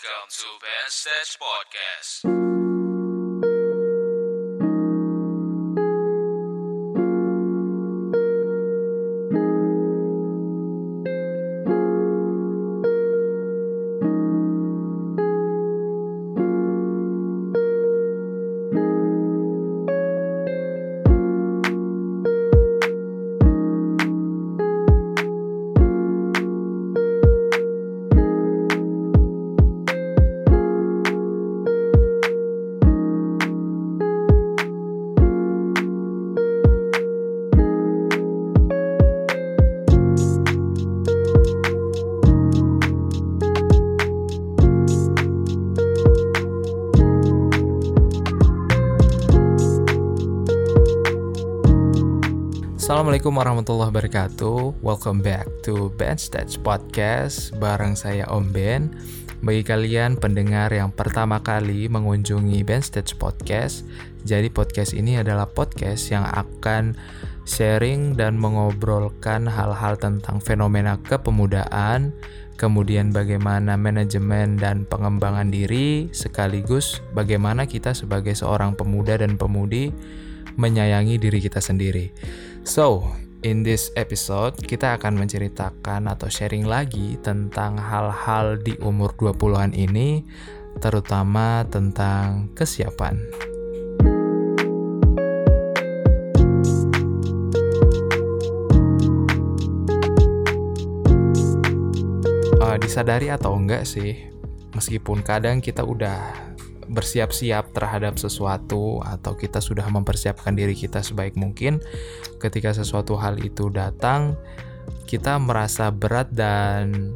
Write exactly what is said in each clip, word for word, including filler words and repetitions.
Welcome to Ben Stage Podcast. Assalamualaikum warahmatullahi wabarakatuh. Welcome back to Ben Stage Podcast bareng saya Om Ben. Bagi kalian pendengar yang pertama kali mengunjungi Ben Stage Podcast, jadi podcast ini adalah podcast yang akan sharing dan mengobrolkan hal-hal tentang fenomena kepemudaan, kemudian bagaimana manajemen dan pengembangan diri, sekaligus bagaimana kita sebagai seorang pemuda dan pemudi menyayangi diri kita sendiri. So, in this episode, kita akan menceritakan atau sharing lagi tentang hal-hal di umur dua puluhan ini, terutama tentang kesiapan. Uh, disadari atau enggak sih, meskipun kadang kita udah bersiap-siap terhadap sesuatu atau kita sudah mempersiapkan diri kita sebaik mungkin, ketika sesuatu hal itu datang, kita merasa berat dan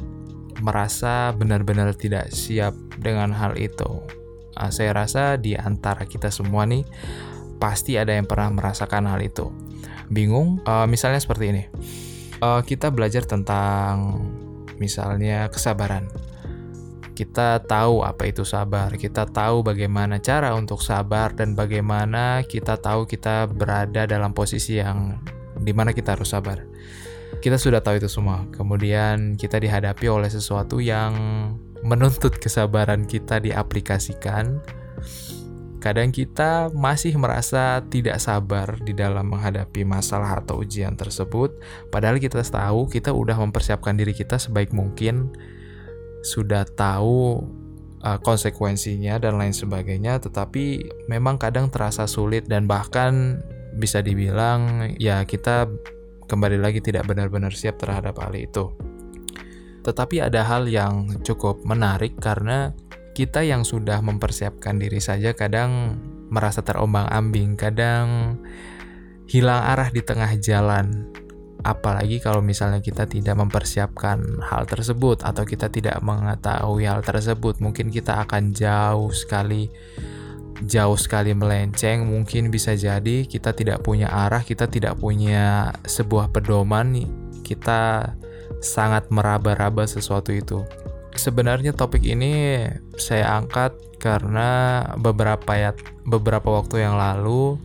merasa benar-benar tidak siap dengan hal itu. Nah, saya rasa di antara kita semua nih pasti ada yang pernah merasakan hal itu. Bingung? Uh, misalnya seperti ini. Uh, kita belajar tentang misalnya kesabaran. Kita tahu apa itu sabar, kita tahu bagaimana cara untuk sabar, dan bagaimana kita tahu kita berada dalam posisi yang dimana kita harus sabar. Kita sudah tahu itu semua. Kemudian kita dihadapi oleh sesuatu yang menuntut kesabaran kita diaplikasikan. Kadang kita masih merasa tidak sabar di dalam menghadapi masalah atau ujian tersebut, padahal kita tahu kita udah mempersiapkan diri kita sebaik mungkin, sudah tahu uh, konsekuensinya dan lain sebagainya, tetapi memang kadang terasa sulit dan bahkan bisa dibilang ya kita kembali lagi tidak benar-benar siap terhadap hal itu. Tetapi ada hal yang cukup menarik karena kita yang sudah mempersiapkan diri saja kadang merasa terombang-ambing, kadang hilang arah di tengah jalan. Apalagi kalau misalnya kita tidak mempersiapkan hal tersebut atau kita tidak mengetahui hal tersebut, mungkin kita akan jauh sekali jauh sekali melenceng. Mungkin bisa jadi kita tidak punya arah, kita tidak punya sebuah pedoman, kita sangat meraba-raba sesuatu itu. Sebenarnya topik ini saya angkat karena beberapa ya, beberapa waktu yang lalu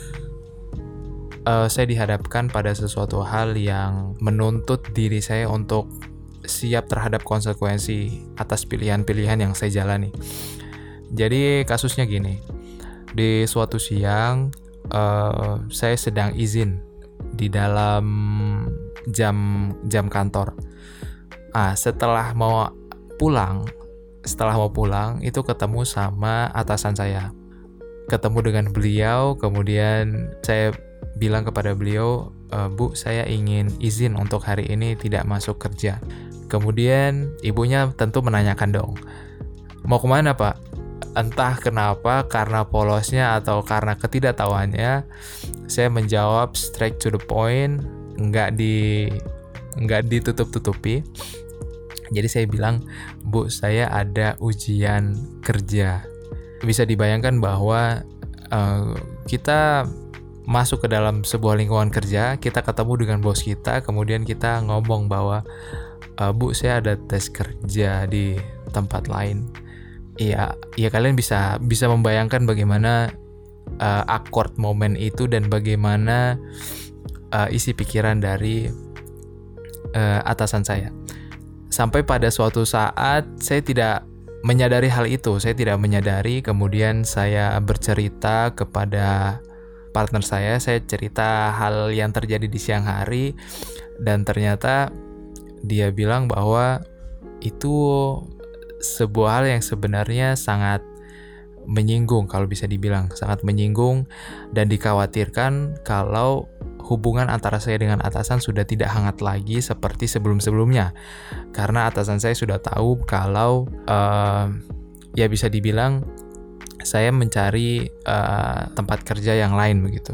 Uh, saya dihadapkan pada sesuatu hal yang menuntut diri saya untuk siap terhadap konsekuensi atas pilihan-pilihan yang saya jalani. Jadi kasusnya gini, di suatu siang uh, saya sedang izin di dalam jam jam kantor. Ah, setelah mau pulang, setelah mau pulang itu ketemu sama atasan saya, ketemu dengan beliau, kemudian saya bilang kepada beliau, e, Bu, saya ingin izin untuk hari ini tidak masuk kerja. Kemudian ibunya tentu menanyakan dong, mau kemana Pak? Entah kenapa, karena polosnya atau karena ketidaktahuannya, saya menjawab straight to the point, nggak di nggak ditutup-tutupi. Jadi saya bilang, Bu, saya ada ujian kerja. Bisa dibayangkan bahwa uh, kita masuk ke dalam sebuah lingkungan kerja, kita ketemu dengan bos kita, kemudian kita ngomong bahwa e, Bu, saya ada tes kerja di tempat lain. Iya, ya kalian bisa bisa membayangkan bagaimana uh, awkward momen itu dan bagaimana uh, isi pikiran dari uh, atasan saya. Sampai pada suatu saat saya tidak menyadari hal itu, saya tidak menyadari. Kemudian saya bercerita kepada partner saya, saya cerita hal yang terjadi di siang hari, dan ternyata dia bilang bahwa itu sebuah hal yang sebenarnya sangat menyinggung, kalau bisa dibilang sangat menyinggung, dan dikhawatirkan kalau hubungan antara saya dengan atasan sudah tidak hangat lagi seperti sebelum-sebelumnya, karena atasan saya sudah tahu kalau uh, ya bisa dibilang saya mencari uh, tempat kerja yang lain begitu.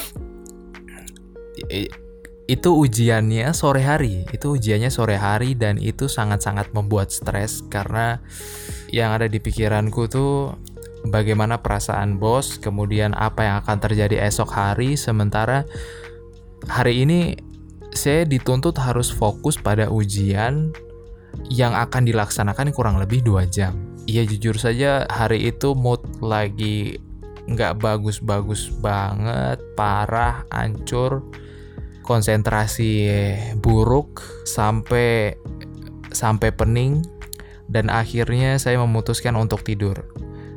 Itu ujiannya sore hari, itu ujiannya sore hari dan itu sangat-sangat membuat stres, karena yang ada di pikiranku tuh bagaimana perasaan bos, kemudian apa yang akan terjadi esok hari, sementara hari ini saya dituntut harus fokus pada ujian yang akan dilaksanakan kurang lebih dua jam. Ya jujur saja hari itu mood lagi nggak bagus-bagus banget, parah, hancur, konsentrasi buruk sampai sampai pening, dan akhirnya saya memutuskan untuk tidur.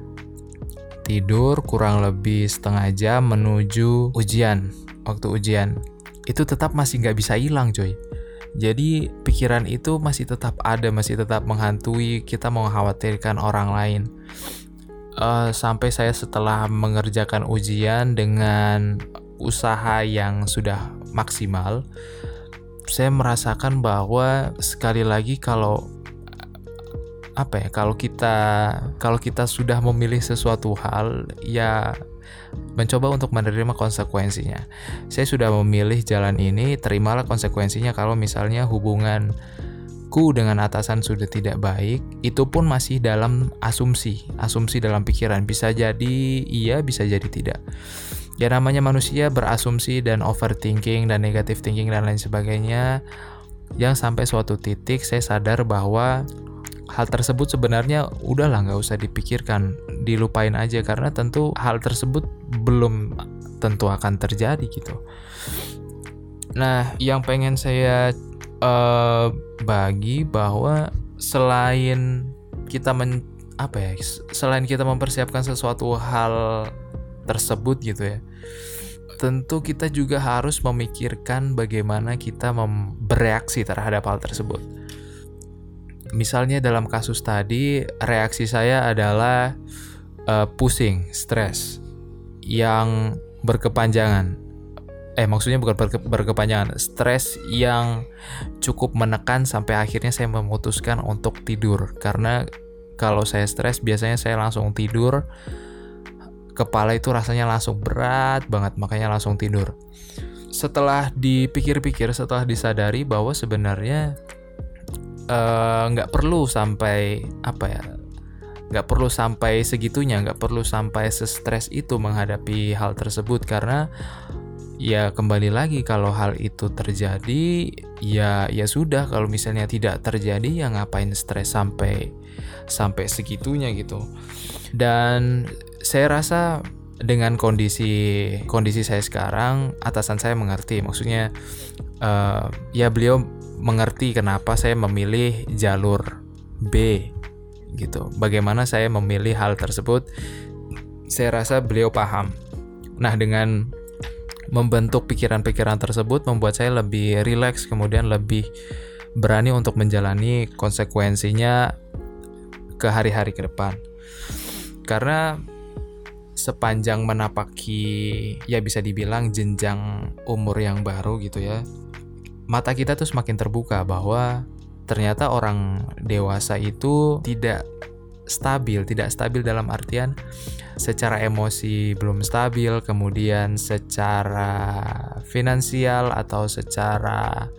Tidur kurang lebih setengah jam menuju ujian. Waktu ujian itu tetap masih nggak bisa hilang, coy. Jadi pikiran itu masih tetap ada, masih tetap menghantui, kita mengkhawatirkan orang lain. Uh, sampai saya setelah mengerjakan ujian dengan usaha yang sudah maksimal, saya merasakan bahwa sekali lagi kalau apa ya, kalau kita kalau kita sudah memilih sesuatu hal, ya mencoba untuk menerima konsekuensinya. Saya sudah memilih jalan ini, terimalah konsekuensinya. Kalau misalnya hubunganku dengan atasan sudah tidak baik, itu pun masih dalam asumsi, asumsi dalam pikiran. Bisa jadi iya, bisa jadi tidak. Ya namanya manusia berasumsi dan overthinking dan negative thinking dan lain sebagainya, yang sampai suatu titik saya sadar bahwa hal tersebut sebenarnya udahlah nggak usah dipikirkan, dilupain aja, karena tentu hal tersebut belum tentu akan terjadi gitu. Nah, yang pengen saya uh, bagi bahwa selain kita men, apa ya, selain kita mempersiapkan sesuatu hal tersebut gitu ya, tentu kita juga harus memikirkan bagaimana kita mem- bereaksi terhadap hal tersebut. Misalnya dalam kasus tadi, reaksi saya adalah uh, pusing, stres yang berkepanjangan. Eh maksudnya bukan berke, berkepanjangan, stres yang cukup menekan sampai akhirnya saya memutuskan untuk tidur. Karena kalau saya stres biasanya saya langsung tidur, kepala itu rasanya langsung berat banget, makanya langsung tidur. Setelah dipikir-pikir, setelah disadari bahwa sebenarnya nggak uh, perlu sampai apa ya, nggak perlu sampai segitunya, nggak perlu sampai sestres itu menghadapi hal tersebut, karena ya kembali lagi kalau hal itu terjadi ya ya sudah, kalau misalnya tidak terjadi ya ngapain stres sampai sampai segitunya gitu. Dan saya rasa dengan kondisi kondisi saya sekarang, atasan saya mengerti, maksudnya uh, ya beliau mengerti kenapa saya memilih jalur B gitu. Bagaimana saya memilih hal tersebut, saya rasa beliau paham. Nah, dengan membentuk pikiran-pikiran tersebut membuat saya lebih rileks, kemudian lebih berani untuk menjalani konsekuensinya ke hari-hari ke depan. Karena sepanjang menapaki ya bisa dibilang jenjang umur yang baru gitu ya, mata kita tuh semakin terbuka bahwa ternyata orang dewasa itu tidak stabil, tidak stabil dalam artian secara emosi belum stabil, kemudian secara finansial atau secara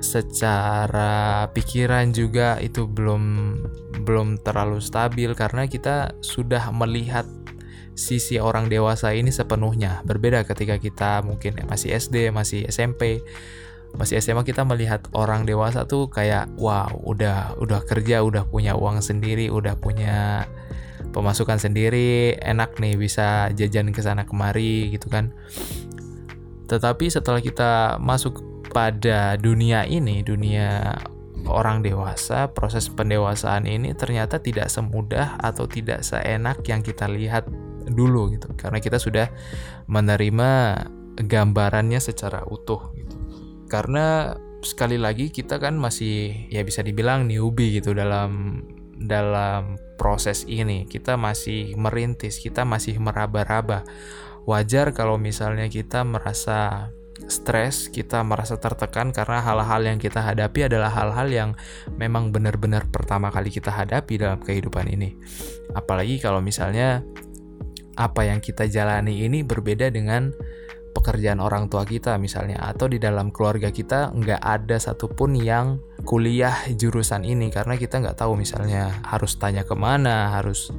secara pikiran juga itu belum belum terlalu stabil, karena kita sudah melihat sisi orang dewasa ini sepenuhnya. Berbeda ketika kita mungkin masih S D, masih S M P, masih S M A, kita melihat orang dewasa tuh kayak wow, udah udah kerja, udah punya uang sendiri, udah punya pemasukan sendiri, enak nih bisa jajan ke sana kemari gitu kan. Tetapi setelah kita masuk pada dunia ini, dunia orang dewasa, proses pendewasaan ini ternyata tidak semudah atau tidak seenak yang kita lihat dulu gitu. Karena kita sudah menerima gambarannya secara utuh gitu. Karena sekali lagi kita kan masih ya bisa dibilang newbie gitu dalam dalam proses ini. Kita masih merintis, kita masih meraba-raba. Wajar kalau misalnya kita merasa stres, kita merasa tertekan karena hal-hal yang kita hadapi adalah hal-hal yang memang benar-benar pertama kali kita hadapi dalam kehidupan ini. Apalagi kalau misalnya apa yang kita jalani ini berbeda dengan pekerjaan orang tua kita misalnya, atau di dalam keluarga kita nggak ada satupun yang kuliah jurusan ini, karena kita nggak tahu misalnya harus tanya kemana, harus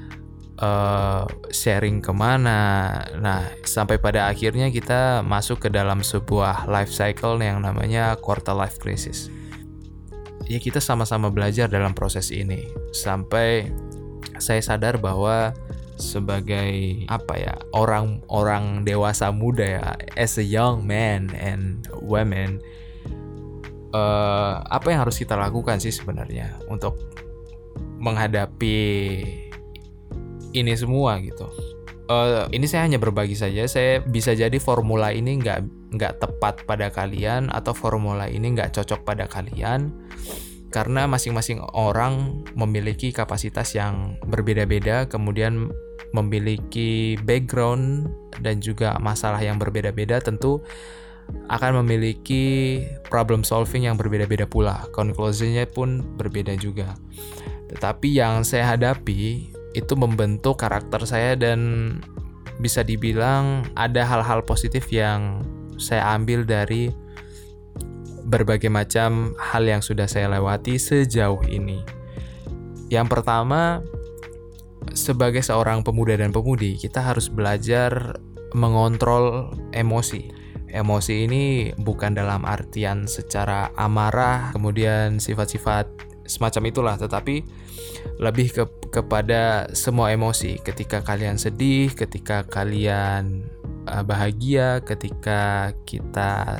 Uh, sharing kemana. Nah, sampai pada akhirnya kita masuk ke dalam sebuah life cycle yang namanya quarter life crisis. Ya, kita sama-sama belajar dalam proses ini sampai saya sadar bahwa sebagai apa ya, orang-orang dewasa muda ya, as a young man and women, uh, apa yang harus kita lakukan sih sebenarnya untuk menghadapi ini semua gitu. Uh, ini saya hanya berbagi saja. Saya bisa jadi formula ini nggak nggak tepat pada kalian, atau formula ini nggak cocok pada kalian, karena masing-masing orang memiliki kapasitas yang berbeda-beda, kemudian memiliki background dan juga masalah yang berbeda-beda, tentu akan memiliki problem solving yang berbeda-beda pula. Konklusinya pun berbeda juga. Tetapi yang saya hadapi itu membentuk karakter saya, dan bisa dibilang ada hal-hal positif yang saya ambil dari berbagai macam hal yang sudah saya lewati sejauh ini. Yang pertama, sebagai seorang pemuda dan pemudi, kita harus belajar mengontrol emosi. Emosi ini bukan dalam artian secara amarah, kemudian sifat-sifat semacam itulah, tetapi lebih ke, kepada semua emosi. Ketika kalian sedih, ketika kalian uh, bahagia, ketika kita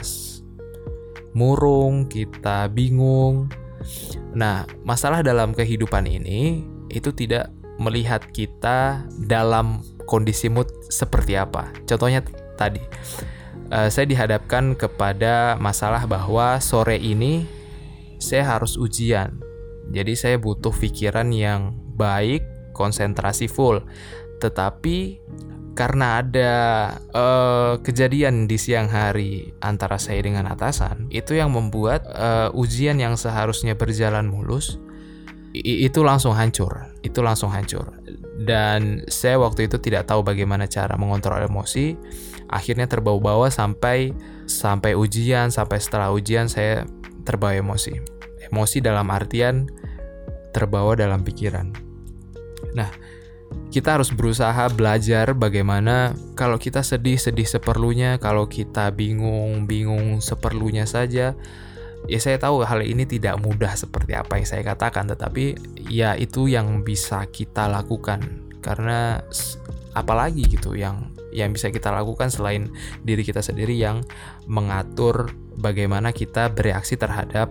murung, kita bingung. Nah, masalah dalam kehidupan ini itu tidak melihat kita dalam kondisi mood seperti apa. Contohnya tadi, uh, saya dihadapkan kepada masalah bahwa sore ini saya harus ujian. Jadi saya butuh pikiran yang baik, konsentrasi full. Tetapi karena ada uh, kejadian di siang hari antara saya dengan atasan, itu yang membuat uh, ujian yang seharusnya berjalan mulus i- itu langsung hancur. Itu langsung hancur. Dan saya waktu itu tidak tahu bagaimana cara mengontrol emosi. Akhirnya terbawa-bawa sampai sampai ujian, sampai setelah ujian saya terbawa emosi. Emosi dalam artian terbawa dalam pikiran. Nah, kita harus berusaha belajar bagaimana kalau kita sedih-sedih seperlunya, kalau kita bingung-bingung seperlunya saja. Ya, saya tahu hal ini tidak mudah seperti apa yang saya katakan, tetapi ya itu yang bisa kita lakukan. Karena apalagi gitu yang yang bisa kita lakukan selain diri kita sendiri yang mengatur bagaimana kita bereaksi terhadap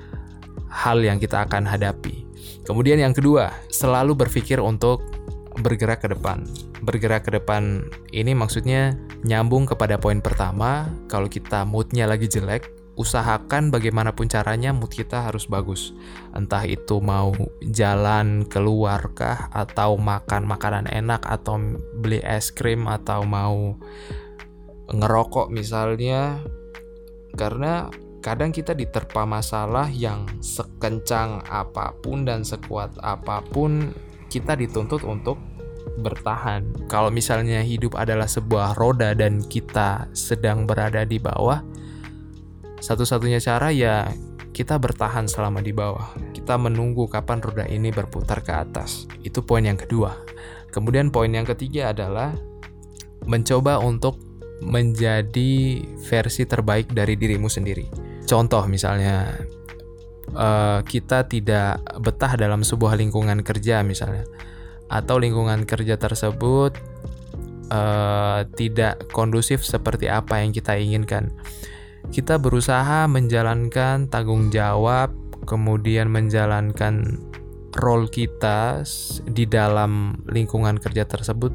hal yang kita akan hadapi. Kemudian yang kedua, selalu berpikir untuk bergerak ke depan. Bergerak ke depan ini maksudnya nyambung kepada poin pertama. Kalau kita moodnya lagi jelek, usahakan bagaimanapun caranya mood kita harus bagus. Entah itu mau jalan keluar kah, atau makan makanan enak, atau beli es krim, atau mau ngerokok misalnya. Karena kadang kita diterpa masalah yang sekencang apapun dan sekuat apapun, kita dituntut untuk bertahan. Kalau misalnya hidup adalah sebuah roda dan kita sedang berada di bawah, satu-satunya cara ya kita bertahan selama di bawah. Kita menunggu kapan roda ini berputar ke atas. Itu poin yang kedua. Kemudian poin yang ketiga adalah mencoba untuk menjadi versi terbaik dari dirimu sendiri. Contoh misalnya, uh, kita tidak betah dalam sebuah lingkungan kerja misalnya, atau lingkungan kerja tersebut uh, tidak kondusif seperti apa yang kita inginkan. Kita berusaha menjalankan tanggung jawab, kemudian menjalankan role kita di dalam lingkungan kerja tersebut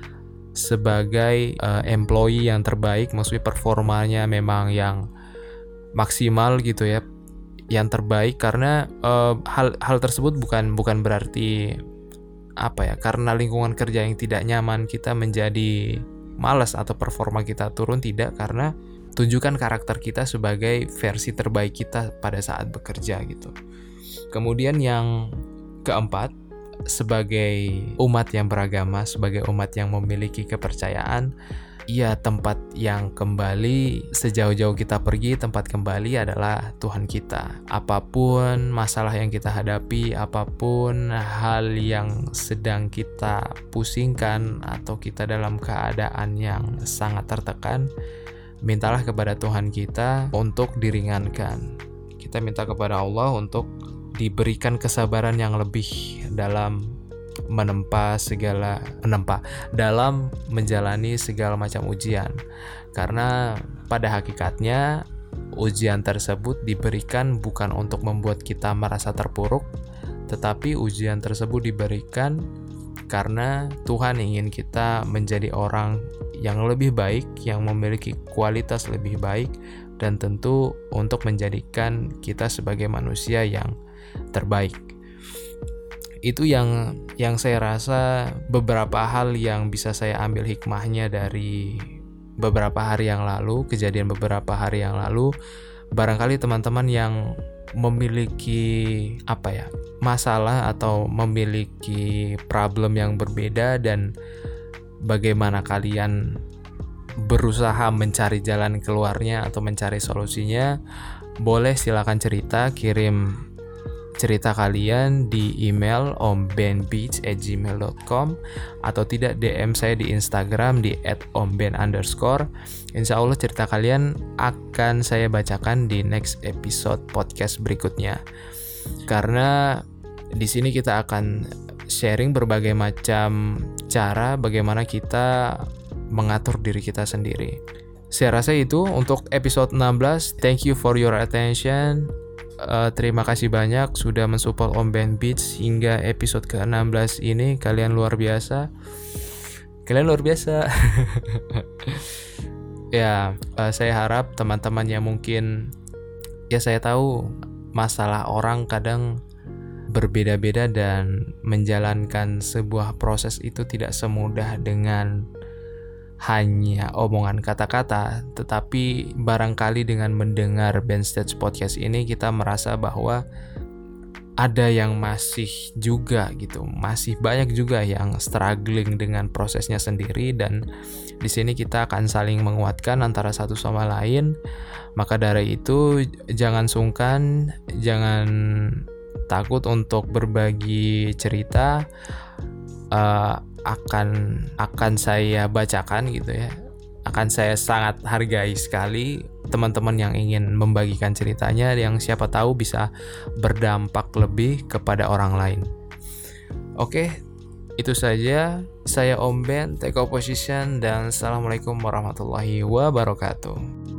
sebagai uh, employee yang terbaik, maksudnya performanya memang yang maksimal gitu ya, yang terbaik. Karena uh, hal hal tersebut bukan bukan berarti apa ya, karena lingkungan kerja yang tidak nyaman kita menjadi malas atau performa kita turun, tidak, karena tunjukkan karakter kita sebagai versi terbaik kita pada saat bekerja gitu. Kemudian yang keempat, sebagai umat yang beragama, sebagai umat yang memiliki kepercayaan, ya tempat yang kembali sejauh-jauh kita pergi, tempat kembali adalah Tuhan kita. Apapun masalah yang kita hadapi, apapun hal yang sedang kita pusingkan, atau kita dalam keadaan yang sangat tertekan, mintalah kepada Tuhan kita untuk diringankan. Kita minta kepada Allah untuk diberikan kesabaran yang lebih dalam menempa segala menempa dalam menjalani segala macam ujian. Karena pada hakikatnya ujian tersebut diberikan bukan untuk membuat kita merasa terpuruk, tetapi ujian tersebut diberikan karena Tuhan ingin kita menjadi orang yang lebih baik, yang memiliki kualitas lebih baik, dan tentu untuk menjadikan kita sebagai manusia yang terbaik. Itu yang yang saya rasa beberapa hal yang bisa saya ambil hikmahnya dari beberapa hari yang lalu, kejadian beberapa hari yang lalu. Barangkali teman-teman yang memiliki apa ya, masalah atau memiliki problem yang berbeda dan bagaimana kalian berusaha mencari jalan keluarnya atau mencari solusinya, boleh silakan cerita, kirim cerita kalian di email ombenbeach at gmail dot com atau tidak D M saya di Instagram di at omben underscore. Insya Allah cerita kalian akan saya bacakan di next episode podcast berikutnya. Karena di sini kita akan sharing berbagai macam cara bagaimana kita mengatur diri kita sendiri. Saya rasa itu untuk episode enam belas. Thank you for your attention. Uh, terima kasih banyak sudah mensupport Omben Beach hingga episode ke enam belas ini. Kalian luar biasa. Kalian luar biasa. Ya, uh, saya harap teman-teman yang mungkin, ya saya tahu masalah orang kadang berbeda-beda dan menjalankan sebuah proses itu tidak semudah dengan hanya omongan kata-kata, tetapi barangkali dengan mendengar Bendstage Podcast ini kita merasa bahwa ada yang masih juga gitu, masih banyak juga yang struggling dengan prosesnya sendiri, dan di sini kita akan saling menguatkan antara satu sama lain. Maka dari itu jangan sungkan, jangan takut untuk berbagi cerita. Uh, akan akan saya bacakan gitu ya, akan saya sangat hargai sekali teman-teman yang ingin membagikan ceritanya, yang siapa tahu bisa berdampak lebih kepada orang lain. Oke, itu saja. Saya Omben, take a position, dan assalamualaikum warahmatullahi wabarakatuh.